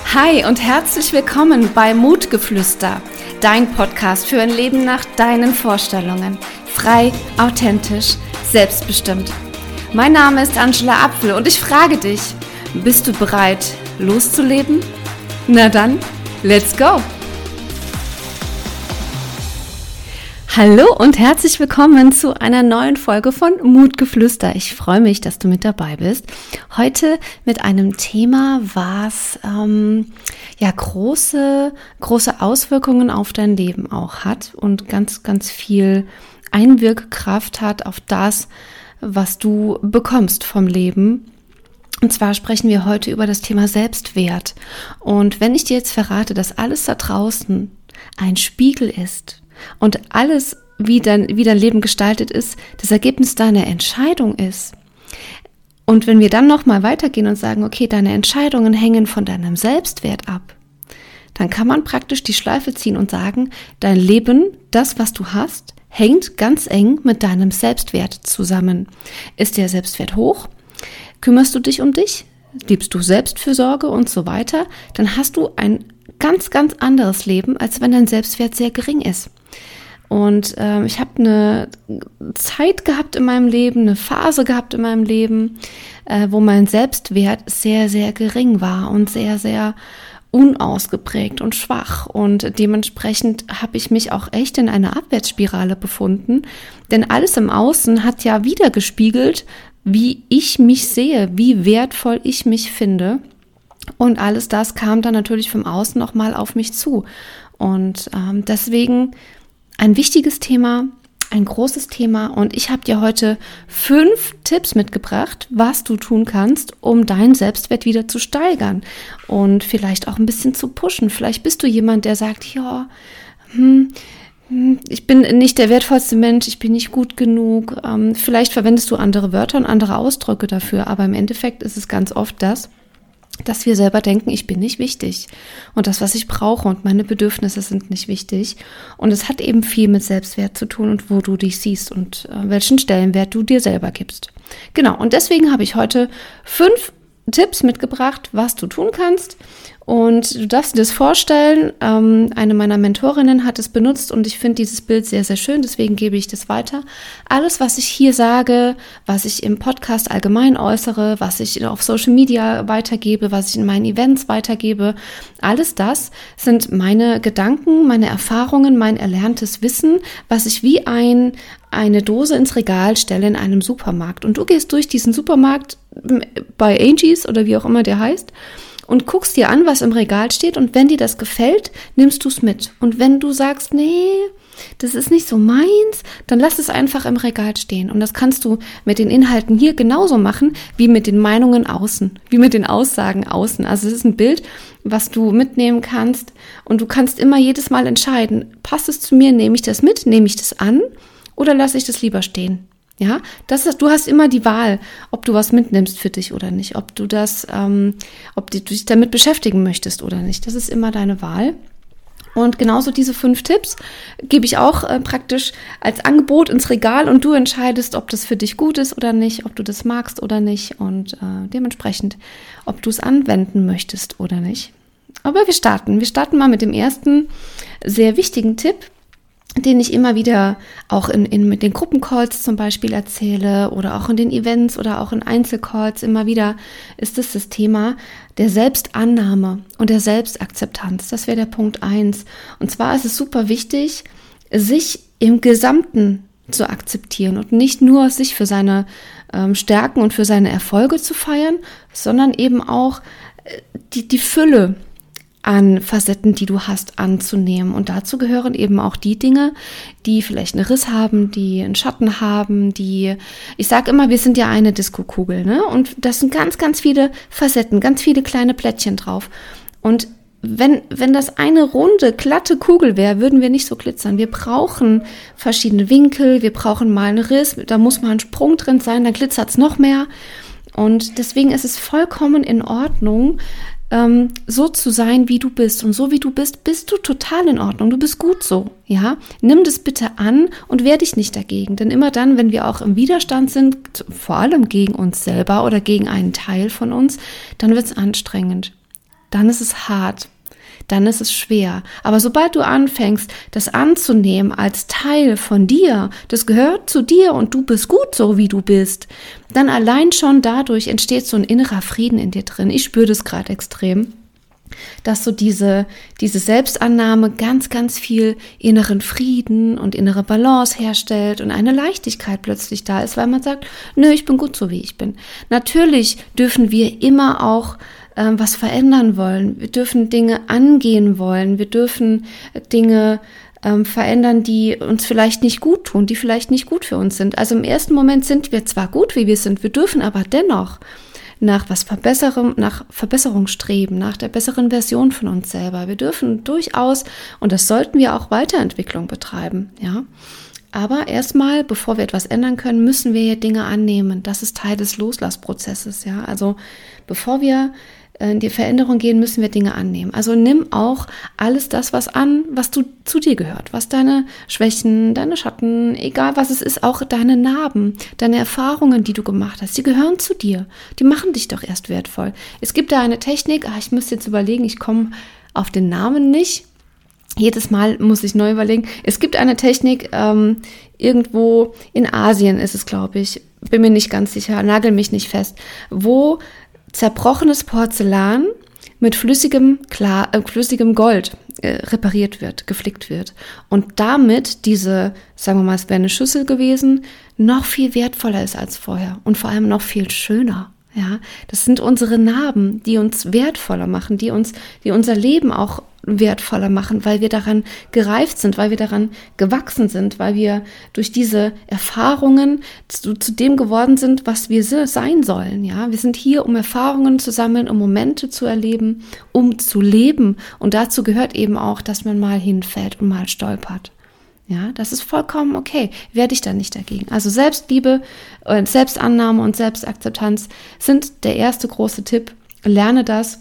Hi und herzlich willkommen bei Mutgeflüster, dein Podcast für ein Leben nach deinen Vorstellungen. Frei, authentisch, selbstbestimmt. Mein Name ist Angela Apfel und ich frage dich, bist du bereit, loszuleben? Na dann, let's go! Hallo und herzlich willkommen zu einer neuen Folge von Mutgeflüster. Ich freue mich, dass du mit dabei bist. Heute mit einem Thema, was große Auswirkungen auf dein Leben auch hat und ganz, ganz viel Einwirkkraft hat auf das, was du bekommst vom Leben. Und zwar sprechen wir heute über das Thema Selbstwert. Und wenn ich dir jetzt verrate, dass alles da draußen ein Spiegel ist, und alles, wie dein Leben gestaltet ist, das Ergebnis deiner Entscheidung ist. Und wenn wir dann nochmal weitergehen und sagen, okay, deine Entscheidungen hängen von deinem Selbstwert ab, dann kann man praktisch die Schleife ziehen und sagen, dein Leben, das, was du hast, hängt ganz eng mit deinem Selbstwert zusammen. Ist der Selbstwert hoch? Kümmerst du dich um dich? Liebst du Selbstfürsorge und so weiter? Dann hast du ein ganz, ganz anderes Leben, als wenn dein Selbstwert sehr gering ist. Und ich habe eine Zeit gehabt in meinem Leben, eine Phase gehabt in meinem Leben, wo mein Selbstwert sehr, sehr gering war und sehr, sehr unausgeprägt und schwach. Und dementsprechend habe ich mich auch echt in einer Abwärtsspirale befunden. Denn alles im Außen hat ja wiedergespiegelt, wie ich mich sehe, wie wertvoll ich mich finde. Und alles das kam dann natürlich vom Außen nochmal auf mich zu. Und deswegen ein wichtiges Thema, ein großes Thema. Und ich habe dir heute 5 Tipps mitgebracht, was du tun kannst, um deinen Selbstwert wieder zu steigern und vielleicht auch ein bisschen zu pushen. Vielleicht bist du jemand, der sagt, ja, ich bin nicht der wertvollste Mensch, ich bin nicht gut genug. Vielleicht verwendest du andere Wörter und andere Ausdrücke dafür. Aber im Endeffekt ist es ganz oft das, dass wir selber denken, ich bin nicht wichtig und das, was ich brauche und meine Bedürfnisse sind nicht wichtig. Und es hat eben viel mit Selbstwert zu tun und wo du dich siehst und welchen Stellenwert du dir selber gibst. Genau, und deswegen habe ich heute 5 Tipps mitgebracht, was du tun kannst. Und du darfst dir das vorstellen, eine meiner Mentorinnen hat es benutzt und ich finde dieses Bild sehr, sehr schön, deswegen gebe ich das weiter. Alles, was ich hier sage, was ich im Podcast allgemein äußere, was ich auf Social Media weitergebe, was ich in meinen Events weitergebe, alles das sind meine Gedanken, meine Erfahrungen, mein erlerntes Wissen, was ich wie eine Dose ins Regal stelle in einem Supermarkt. Und du gehst durch diesen Supermarkt bei Angie's oder wie auch immer der heißt und guckst dir an, was im Regal steht, und wenn dir das gefällt, nimmst du es mit. Und wenn du sagst, nee, das ist nicht so meins, dann lass es einfach im Regal stehen. Und das kannst du mit den Inhalten hier genauso machen, wie mit den Meinungen außen, wie mit den Aussagen außen. Also es ist ein Bild, was du mitnehmen kannst, und du kannst immer jedes Mal entscheiden, passt es zu mir, nehme ich das mit, nehme ich das an oder lasse ich das lieber stehen. Ja, du hast immer die Wahl, ob du was mitnimmst für dich oder nicht, ob du dich damit beschäftigen möchtest oder nicht. Das ist immer deine Wahl. Und genauso diese 5 Tipps gebe ich auch praktisch als Angebot ins Regal, und du entscheidest, ob das für dich gut ist oder nicht, ob du das magst oder nicht, und dementsprechend, ob du es anwenden möchtest oder nicht. Aber wir starten mal mit dem ersten sehr wichtigen Tipp, den ich immer wieder auch mit den Gruppencalls zum Beispiel erzähle oder auch in den Events oder auch in Einzelcalls immer wieder, ist es das Thema der Selbstannahme und der Selbstakzeptanz. Das wäre der Punkt 1. Und zwar ist es super wichtig, sich im Gesamten zu akzeptieren und nicht nur sich für seine Stärken und für seine Erfolge zu feiern, sondern eben auch die Fülle an Facetten, die du hast, anzunehmen. Und dazu gehören eben auch die Dinge, die vielleicht einen Riss haben, die einen Schatten haben, ich sage immer, wir sind ja eine Diskokugel, ne? Und das sind ganz, ganz viele Facetten, ganz viele kleine Plättchen drauf. Und wenn das eine runde, glatte Kugel wäre, würden wir nicht so glitzern. Wir brauchen verschiedene Winkel, wir brauchen mal einen Riss, da muss mal ein Sprung drin sein, dann glitzert es noch mehr. Und deswegen ist es vollkommen in Ordnung, so zu sein, wie du bist. Und so wie du bist, bist du total in Ordnung. Du bist gut so, ja. Nimm das bitte an und wehr dich nicht dagegen. Denn immer dann, wenn wir auch im Widerstand sind, vor allem gegen uns selber oder gegen einen Teil von uns, dann wird es anstrengend. dann ist es hart. Dann ist es schwer. Aber sobald du anfängst, das anzunehmen als Teil von dir, das gehört zu dir und du bist gut so, wie du bist, dann allein schon dadurch entsteht so ein innerer Frieden in dir drin. Ich spüre das gerade extrem, dass so diese Selbstannahme ganz, ganz viel inneren Frieden und innere Balance herstellt und eine Leichtigkeit plötzlich da ist, weil man sagt, nö, ich bin gut so, wie ich bin. Natürlich dürfen wir immer auch was verändern wollen. Wir dürfen Dinge angehen wollen. Wir dürfen Dinge verändern, die uns vielleicht nicht gut tun, die vielleicht nicht gut für uns sind. Also im ersten Moment sind wir zwar gut, wie wir sind, wir dürfen aber dennoch nach Verbesserung streben, nach der besseren Version von uns selber. Wir dürfen durchaus, und das sollten wir auch, Weiterentwicklung betreiben, ja. Aber erstmal, bevor wir etwas ändern können, müssen wir ja Dinge annehmen. Das ist Teil des Loslassprozesses, ja. Also bevor wir in die Veränderung gehen, müssen wir Dinge annehmen. Also nimm auch alles das, was zu dir gehört, was deine Schwächen, deine Schatten, egal was es ist, auch deine Narben, deine Erfahrungen, die du gemacht hast, die gehören zu dir. Die machen dich doch erst wertvoll. Es gibt da eine Technik, ich müsste jetzt überlegen, ich komme auf den Namen nicht. Jedes Mal muss ich neu überlegen. Es gibt eine Technik, irgendwo in Asien ist es, glaube ich, bin mir nicht ganz sicher, nagel mich nicht fest, wo zerbrochenes Porzellan mit flüssigem Gold repariert wird, geflickt wird. Und damit diese, sagen wir mal, es wäre eine Schüssel gewesen, noch viel wertvoller ist als vorher und vor allem noch viel schöner. Ja, das sind unsere Narben, die uns wertvoller machen, die unser Leben auch wertvoller machen, weil wir daran gereift sind, weil wir daran gewachsen sind, weil wir durch diese Erfahrungen zu dem geworden sind, was wir sein sollen. Ja, wir sind hier, um Erfahrungen zu sammeln, um Momente zu erleben, um zu leben. Und dazu gehört eben auch, dass man mal hinfällt und mal stolpert. Ja, das ist vollkommen okay. Werde ich da nicht dagegen. Also Selbstliebe, Selbstannahme und Selbstakzeptanz sind der erste große Tipp. Lerne das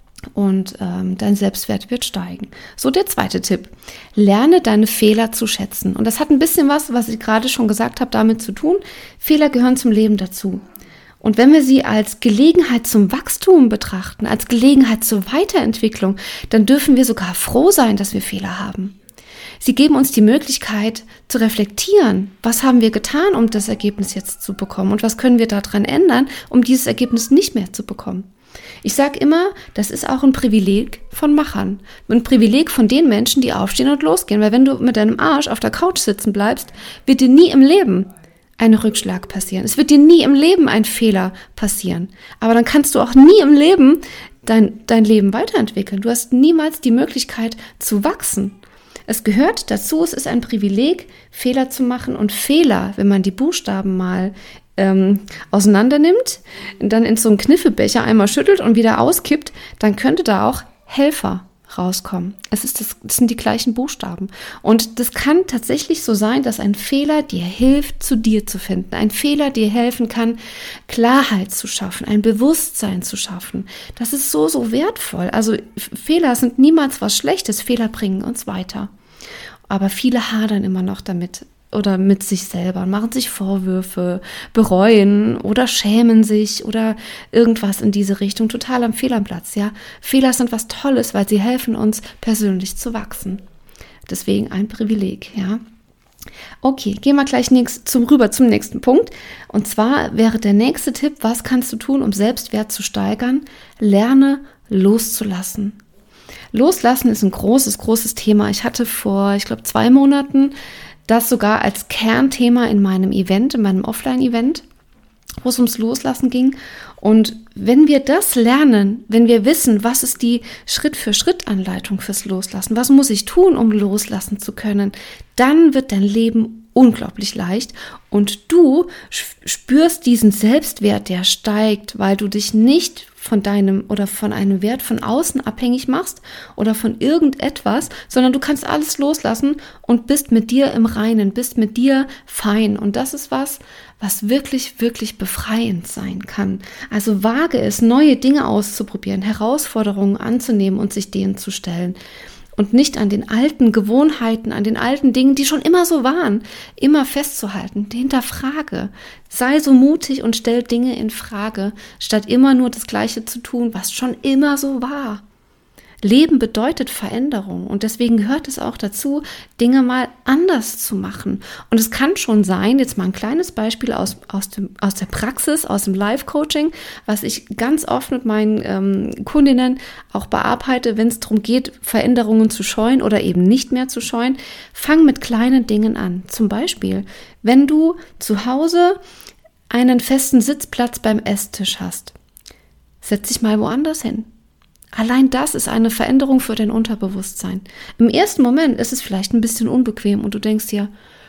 und dein Selbstwert wird steigen. So, der zweite Tipp. Lerne deine Fehler zu schätzen. Und das hat ein bisschen was ich gerade schon gesagt habe, damit zu tun. Fehler gehören zum Leben dazu. Und wenn wir sie als Gelegenheit zum Wachstum betrachten, als Gelegenheit zur Weiterentwicklung, dann dürfen wir sogar froh sein, dass wir Fehler haben. Sie geben uns die Möglichkeit zu reflektieren, was haben wir getan, um das Ergebnis jetzt zu bekommen und was können wir daran ändern, um dieses Ergebnis nicht mehr zu bekommen. Ich sage immer, das ist auch ein Privileg von Machern, ein Privileg von den Menschen, die aufstehen und losgehen, weil wenn du mit deinem Arsch auf der Couch sitzen bleibst, wird dir nie im Leben ein Rückschlag passieren. Es wird dir nie im Leben ein Fehler passieren, aber dann kannst du auch nie im Leben dein Leben weiterentwickeln. Du hast niemals die Möglichkeit zu wachsen. Es gehört dazu, es ist ein Privileg, Fehler zu machen und Fehler, wenn man die Buchstaben mal auseinander nimmt, dann in so einen Kniffelbecher einmal schüttelt und wieder auskippt, dann könnte da auch Helfer rauskommen. Das sind die gleichen Buchstaben. Und das kann tatsächlich so sein, dass ein Fehler dir hilft, zu dir zu finden. Ein Fehler dir helfen kann, Klarheit zu schaffen, ein Bewusstsein zu schaffen. Das ist so, so wertvoll. Also Fehler sind niemals was Schlechtes. Fehler bringen uns weiter. Aber viele hadern immer noch damit oder mit sich selber, machen sich Vorwürfe, bereuen oder schämen sich oder irgendwas in diese Richtung, total am Fehl am Platz, ja. Fehler sind was Tolles, weil sie helfen uns persönlich zu wachsen. Deswegen ein Privileg, ja. Okay, gehen wir gleich rüber zum nächsten Punkt. Und zwar wäre der nächste Tipp, was kannst du tun, um Selbstwert zu steigern? Lerne loszulassen. Loslassen ist ein großes, großes Thema. Ich hatte vor, 2 Monaten das sogar als Kernthema in meinem Offline-Event, wo es ums Loslassen ging. Und wenn wir das lernen, wenn wir wissen, was ist die Schritt-für-Schritt-Anleitung fürs Loslassen, was muss ich tun, um loslassen zu können, dann wird dein Leben unglaublich leicht und du spürst diesen Selbstwert, der steigt, weil du dich nicht von einem Wert von außen abhängig machst oder von irgendetwas, sondern du kannst alles loslassen und bist mit dir im Reinen, bist mit dir fein. Und das ist was wirklich, wirklich befreiend sein kann. Also wage es, neue Dinge auszuprobieren, Herausforderungen anzunehmen und sich denen zu stellen. Und nicht an den alten Gewohnheiten, an den alten Dingen, die schon immer so waren, immer festzuhalten. Hinterfrage. Sei so mutig und stell Dinge in Frage, statt immer nur das Gleiche zu tun, was schon immer so war. Leben bedeutet Veränderung und deswegen gehört es auch dazu, Dinge mal anders zu machen. Und es kann schon sein, jetzt mal ein kleines Beispiel aus der Praxis, aus dem Live-Coaching, was ich ganz oft mit meinen Kundinnen auch bearbeite, wenn es darum geht, Veränderungen zu scheuen oder eben nicht mehr zu scheuen. Fang mit kleinen Dingen an. Zum Beispiel, wenn du zu Hause einen festen Sitzplatz beim Esstisch hast, setz dich mal woanders hin. Allein das ist eine Veränderung für dein Unterbewusstsein. Im ersten Moment ist es vielleicht ein bisschen unbequem und du denkst dir,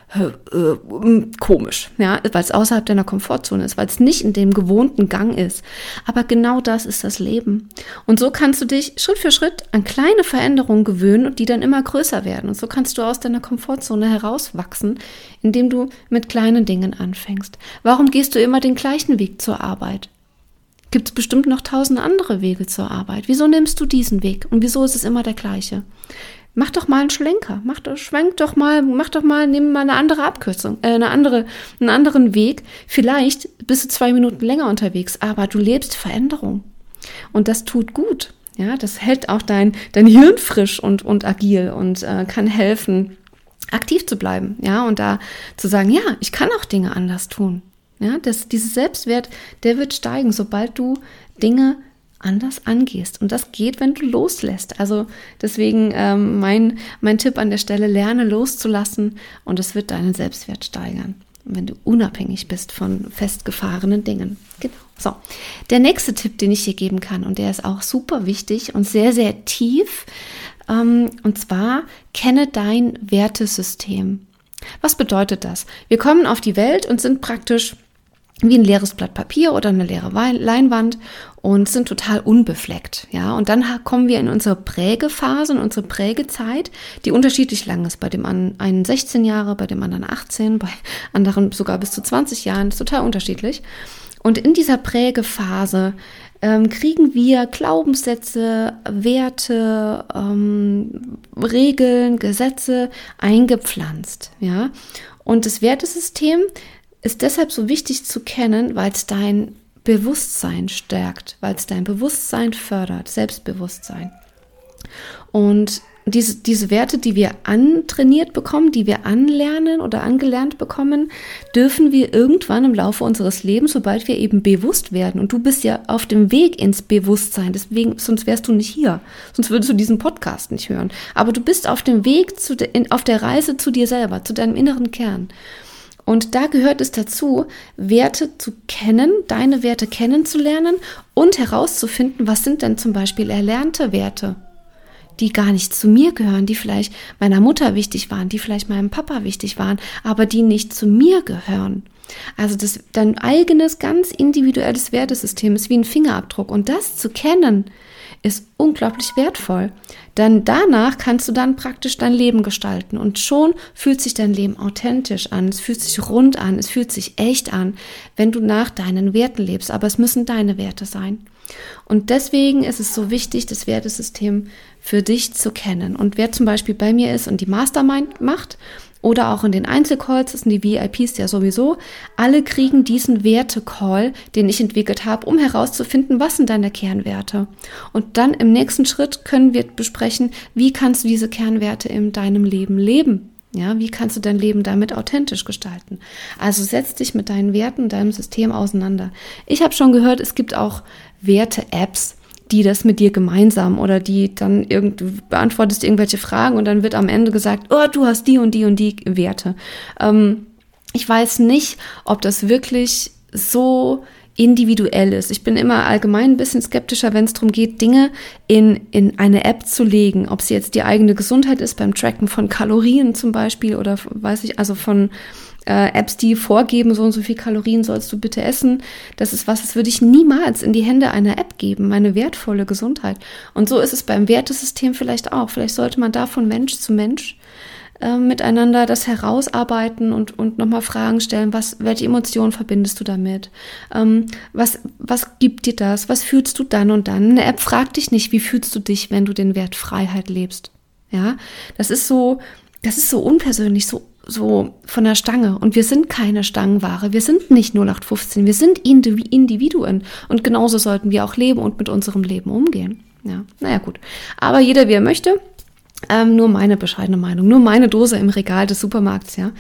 komisch, ja, weil es außerhalb deiner Komfortzone ist, weil es nicht in dem gewohnten Gang ist. Aber genau das ist das Leben. Und so kannst du dich Schritt für Schritt an kleine Veränderungen gewöhnen und die dann immer größer werden. Und so kannst du aus deiner Komfortzone herauswachsen, indem du mit kleinen Dingen anfängst. Warum gehst du immer den gleichen Weg zur Arbeit? Gibt es bestimmt noch 1000 andere Wege zur Arbeit. Wieso nimmst du diesen Weg? Und wieso ist es immer der gleiche? Mach doch mal einen Schlenker. Mach doch mal, nimm mal eine andere Abkürzung, einen anderen Weg. Vielleicht bist du 2 Minuten länger unterwegs, aber du lebst Veränderung. Und das tut gut. Ja, das hält auch dein Hirn frisch und agil und kann helfen, aktiv zu bleiben. Ja, und da zu sagen, ja, ich kann auch Dinge anders tun. Ja, dieser Selbstwert, der wird steigen, sobald du Dinge anders angehst. Und das geht, wenn du loslässt. Also deswegen mein Tipp an der Stelle, lerne loszulassen und es wird deinen Selbstwert steigern, wenn du unabhängig bist von festgefahrenen Dingen. Genau. So, der nächste Tipp, den ich hier geben kann, und der ist auch super wichtig und sehr, sehr tief, und zwar kenne dein Wertesystem. Was bedeutet das? Wir kommen auf die Welt und sind praktisch wie ein leeres Blatt Papier oder eine leere Leinwand und sind total unbefleckt, ja. Und dann kommen wir in unsere Prägephase, in unsere Prägezeit, die unterschiedlich lang ist. Bei dem einen 16 Jahre, bei dem anderen 18, bei anderen sogar bis zu 20 Jahren, das ist total unterschiedlich. Und in dieser Prägephase kriegen wir Glaubenssätze, Werte, Regeln, Gesetze eingepflanzt, ja. Und das Wertesystem ist deshalb so wichtig zu kennen, weil es dein Bewusstsein stärkt, weil es dein Bewusstsein fördert, Selbstbewusstsein. Und diese Werte, die wir antrainiert bekommen, die wir anlernen oder angelernt bekommen, dürfen wir irgendwann im Laufe unseres Lebens, sobald wir eben bewusst werden. Und du bist ja auf dem Weg ins Bewusstsein, deswegen, sonst wärst du nicht hier, sonst würdest du diesen Podcast nicht hören. Aber du bist auf dem Weg, auf der Reise zu dir selber, zu deinem inneren Kern. Und da gehört es dazu, Werte zu kennen, deine Werte kennenzulernen und herauszufinden, was sind denn zum Beispiel erlernte Werte, die gar nicht zu mir gehören, die vielleicht meiner Mutter wichtig waren, die vielleicht meinem Papa wichtig waren, aber die nicht zu mir gehören. Also dein eigenes, ganz individuelles Wertesystem ist wie ein Fingerabdruck. Und das zu kennen, ist unglaublich wertvoll. Denn danach kannst du dann praktisch dein Leben gestalten. Und schon fühlt sich dein Leben authentisch an, es fühlt sich rund an, es fühlt sich echt an, wenn du nach deinen Werten lebst. Aber es müssen deine Werte sein. Und deswegen ist es so wichtig, das Wertesystem für dich zu kennen. Und wer zum Beispiel bei mir ist und die Mastermind macht oder auch in den Einzelcalls, das sind die VIPs ja sowieso, alle kriegen diesen Werte-Call, den ich entwickelt habe, um herauszufinden, was sind deine Kernwerte. Und dann im nächsten Schritt können wir besprechen, wie kannst du diese Kernwerte in deinem Leben leben. Ja, wie kannst du dein Leben damit authentisch gestalten? Also setz dich mit deinen Werten, deinem System auseinander. Ich habe schon gehört, es gibt auch Werte-Apps, die das mit dir gemeinsam oder die dann du beantwortest irgendwelche Fragen und dann wird am Ende gesagt, oh, du hast die und die und die Werte. Ich weiß nicht, ob das wirklich so individuell ist. Ich bin immer allgemein ein bisschen skeptischer, wenn es darum geht, Dinge in eine App zu legen, ob es jetzt die eigene Gesundheit ist, beim Tracken von Kalorien zum Beispiel oder also von Apps, die vorgeben, so und so viel Kalorien sollst du bitte essen. Das würde ich niemals in die Hände einer App geben, meine wertvolle Gesundheit. Und so ist es beim Wertesystem vielleicht auch. Vielleicht sollte man da von Mensch zu Mensch miteinander das herausarbeiten und nochmal Fragen stellen, welche Emotionen verbindest du damit? Was gibt dir das? Was fühlst du dann und dann? Eine App fragt dich nicht, wie fühlst du dich, wenn du den Wert Freiheit lebst? Ja, das ist so unpersönlich, so von der Stange. Und wir sind keine Stangenware. Wir sind nicht 0815. Wir sind Individuen. Und genauso sollten wir auch leben und mit unserem Leben umgehen. Ja, naja, gut. Aber jeder, wie er möchte. Nur meine bescheidene Meinung, nur meine Dose im Regal des Supermarkts, ja.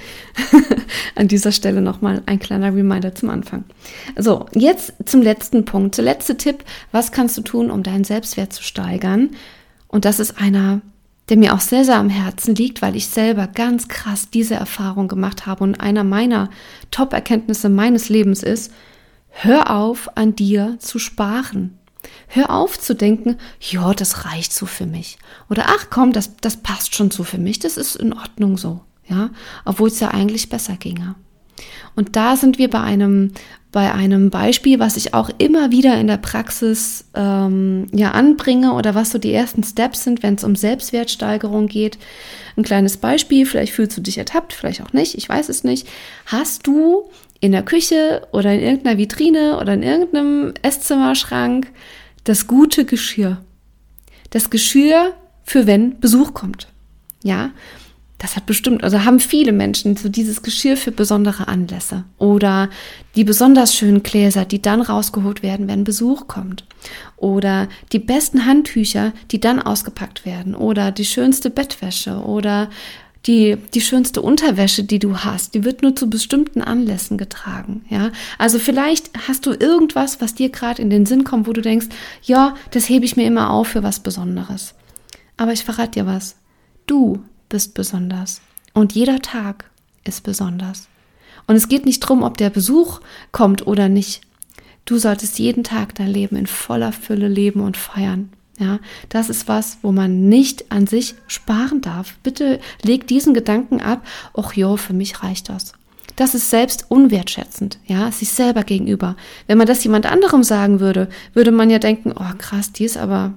An dieser Stelle nochmal ein kleiner Reminder zum Anfang. So, jetzt zum letzten Punkt, der letzte Tipp. Was kannst du tun, um deinen Selbstwert zu steigern? Und das ist einer, der mir auch sehr, sehr am Herzen liegt, weil ich selber ganz krass diese Erfahrung gemacht habe und einer meiner Top-Erkenntnisse meines Lebens ist, hör auf, an dir zu sparen. Hör auf zu denken, ja, das reicht so für mich. Oder ach komm, das passt schon so für mich, das ist in Ordnung so. Ja, obwohl es ja eigentlich besser ginge. Und da sind wir bei einem Beispiel, was ich auch immer wieder in der Praxis anbringe oder was so die ersten Steps sind, wenn es um Selbstwertsteigerung geht. Ein kleines Beispiel, vielleicht fühlst du dich ertappt, vielleicht auch nicht, ich weiß es nicht. Hast du in der Küche oder in irgendeiner Vitrine oder in irgendeinem Esszimmerschrank das gute Geschirr? Das Geschirr für wenn Besuch kommt. Ja, das hat bestimmt, also haben viele Menschen so dieses Geschirr für besondere Anlässe oder die besonders schönen Gläser, die dann rausgeholt werden, wenn Besuch kommt oder die besten Handtücher, die dann ausgepackt werden oder die schönste Bettwäsche oder die schönste Unterwäsche, die du hast, die wird nur zu bestimmten Anlässen getragen, ja. Also vielleicht hast du irgendwas, was dir gerade in den Sinn kommt, wo du denkst, ja, das hebe ich mir immer auf für was Besonderes. Aber ich verrate dir was. Du bist besonders. Und jeder Tag ist besonders. Und es geht nicht darum, ob der Besuch kommt oder nicht. Du solltest jeden Tag dein Leben in voller Fülle leben und feiern. Ja, das ist was, wo man nicht an sich sparen darf. Bitte leg diesen Gedanken ab, ach ja, für mich reicht das. Das ist selbst unwertschätzend, ja, sich selber gegenüber. Wenn man das jemand anderem sagen würde, würde man ja denken, oh krass, die ist aber,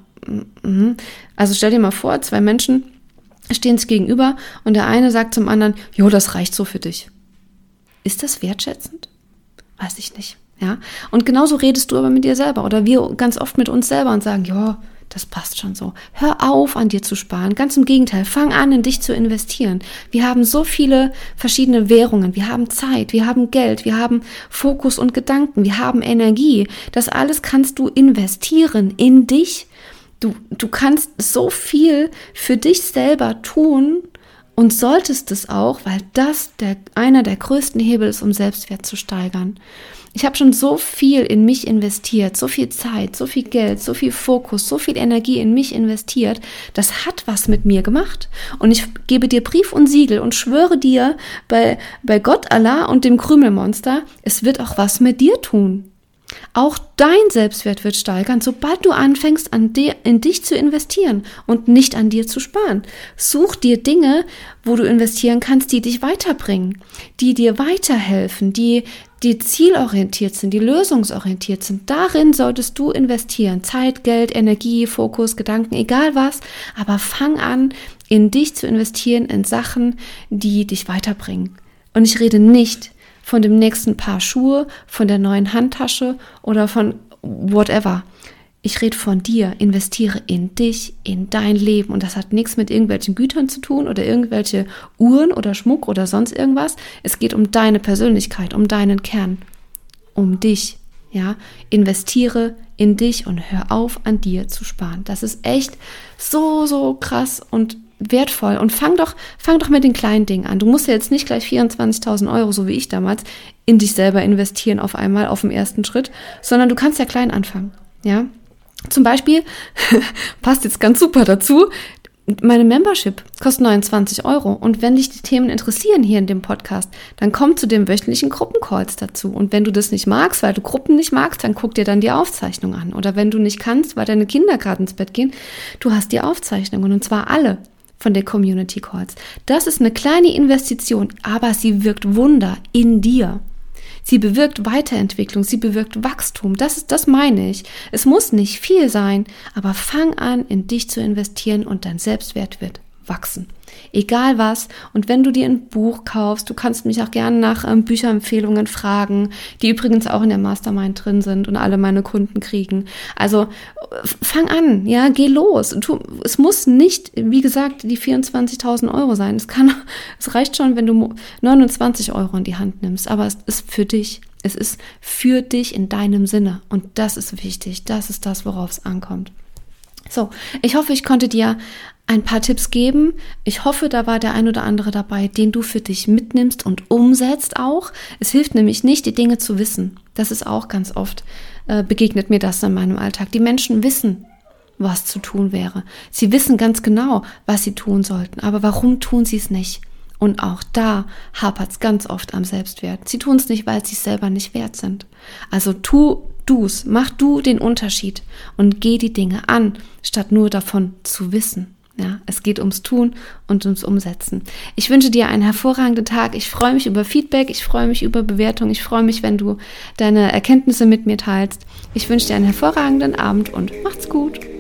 Also stell dir mal vor, zwei Menschen stehen sich gegenüber und der eine sagt zum anderen, jo, das reicht so für dich. Ist das wertschätzend? Weiß ich nicht, ja. Und genauso redest du aber mit dir selber oder wir ganz oft mit uns selber und sagen, ja, das passt schon so. Hör auf, an dir zu sparen. Ganz im Gegenteil, fang an, in dich zu investieren. Wir haben so viele verschiedene Währungen. Wir haben Zeit, wir haben Geld, wir haben Fokus und Gedanken, wir haben Energie. Das alles kannst du investieren in dich. Du kannst so viel für dich selber tun und solltest es auch, weil das einer der größten Hebel ist, um Selbstwert zu steigern. Ich habe schon so viel in mich investiert, so viel Zeit, so viel Geld, so viel Fokus, so viel Energie in mich investiert. Das hat was mit mir gemacht. Und ich gebe dir Brief und Siegel und schwöre dir bei Gott, Allah und dem Krümelmonster, es wird auch was mit dir tun. Auch dein Selbstwert wird steigern, sobald du anfängst, in dich zu investieren und nicht an dir zu sparen. Such dir Dinge, wo du investieren kannst, die dich weiterbringen, die dir weiterhelfen, die zielorientiert sind, die lösungsorientiert sind. Darin solltest du investieren. Zeit, Geld, Energie, Fokus, Gedanken, egal was. Aber fang an, in dich zu investieren, in Sachen, die dich weiterbringen. Und ich rede nicht von dem nächsten Paar Schuhe, von der neuen Handtasche oder von whatever. Ich rede von dir, investiere in dich, in dein Leben und das hat nichts mit irgendwelchen Gütern zu tun oder irgendwelche Uhren oder Schmuck oder sonst irgendwas. Es geht um deine Persönlichkeit, um deinen Kern, um dich, ja. Investiere in dich und hör auf, an dir zu sparen. Das ist echt so, so krass und wertvoll und fang doch mit den kleinen Dingen an. Du musst ja jetzt nicht gleich 24.000 Euro, so wie ich damals, in dich selber investieren auf einmal, auf dem ersten Schritt, sondern du kannst ja klein anfangen, ja. Zum Beispiel, passt jetzt ganz super dazu, meine Membership kostet 29 Euro und wenn dich die Themen interessieren hier in dem Podcast, dann komm zu den wöchentlichen Gruppencalls dazu und wenn du das nicht magst, weil du Gruppen nicht magst, dann guck dir dann die Aufzeichnung an oder wenn du nicht kannst, weil deine Kinder gerade ins Bett gehen, du hast die Aufzeichnungen und zwar alle von der Community Calls. Das ist eine kleine Investition, aber sie wirkt Wunder in dir. Sie bewirkt Weiterentwicklung, sie bewirkt Wachstum. Das meine ich. Es muss nicht viel sein, aber fang an, in dich zu investieren und dein Selbstwert wird wachsen. Egal was. Und wenn du dir ein Buch kaufst, du kannst mich auch gerne nach Bücherempfehlungen fragen, die übrigens auch in der Mastermind drin sind und alle meine Kunden kriegen. Also fang an, ja, geh los. Es muss nicht, wie gesagt, die 24.000 Euro sein. Es reicht schon, wenn du 29 Euro in die Hand nimmst. Aber es ist für dich. Es ist für dich in deinem Sinne. Und das ist wichtig. Das ist das, worauf es ankommt. So, ich hoffe, ich konnte dir ein paar Tipps geben. Ich hoffe, da war der ein oder andere dabei, den du für dich mitnimmst und umsetzt auch. Es hilft nämlich nicht, die Dinge zu wissen. Das ist auch ganz oft, begegnet mir das in meinem Alltag. Die Menschen wissen, was zu tun wäre. Sie wissen ganz genau, was sie tun sollten. Aber warum tun sie es nicht? Und auch da hapert es ganz oft am Selbstwert. Sie tun es nicht, weil sie es selber nicht wert sind. Also du's, mach du den Unterschied und geh die Dinge an, statt nur davon zu wissen. Ja, es geht ums Tun und ums Umsetzen. Ich wünsche dir einen hervorragenden Tag. Ich freue mich über Feedback, ich freue mich über Bewertung, ich freue mich, wenn du deine Erkenntnisse mit mir teilst. Ich wünsche dir einen hervorragenden Abend und macht's gut.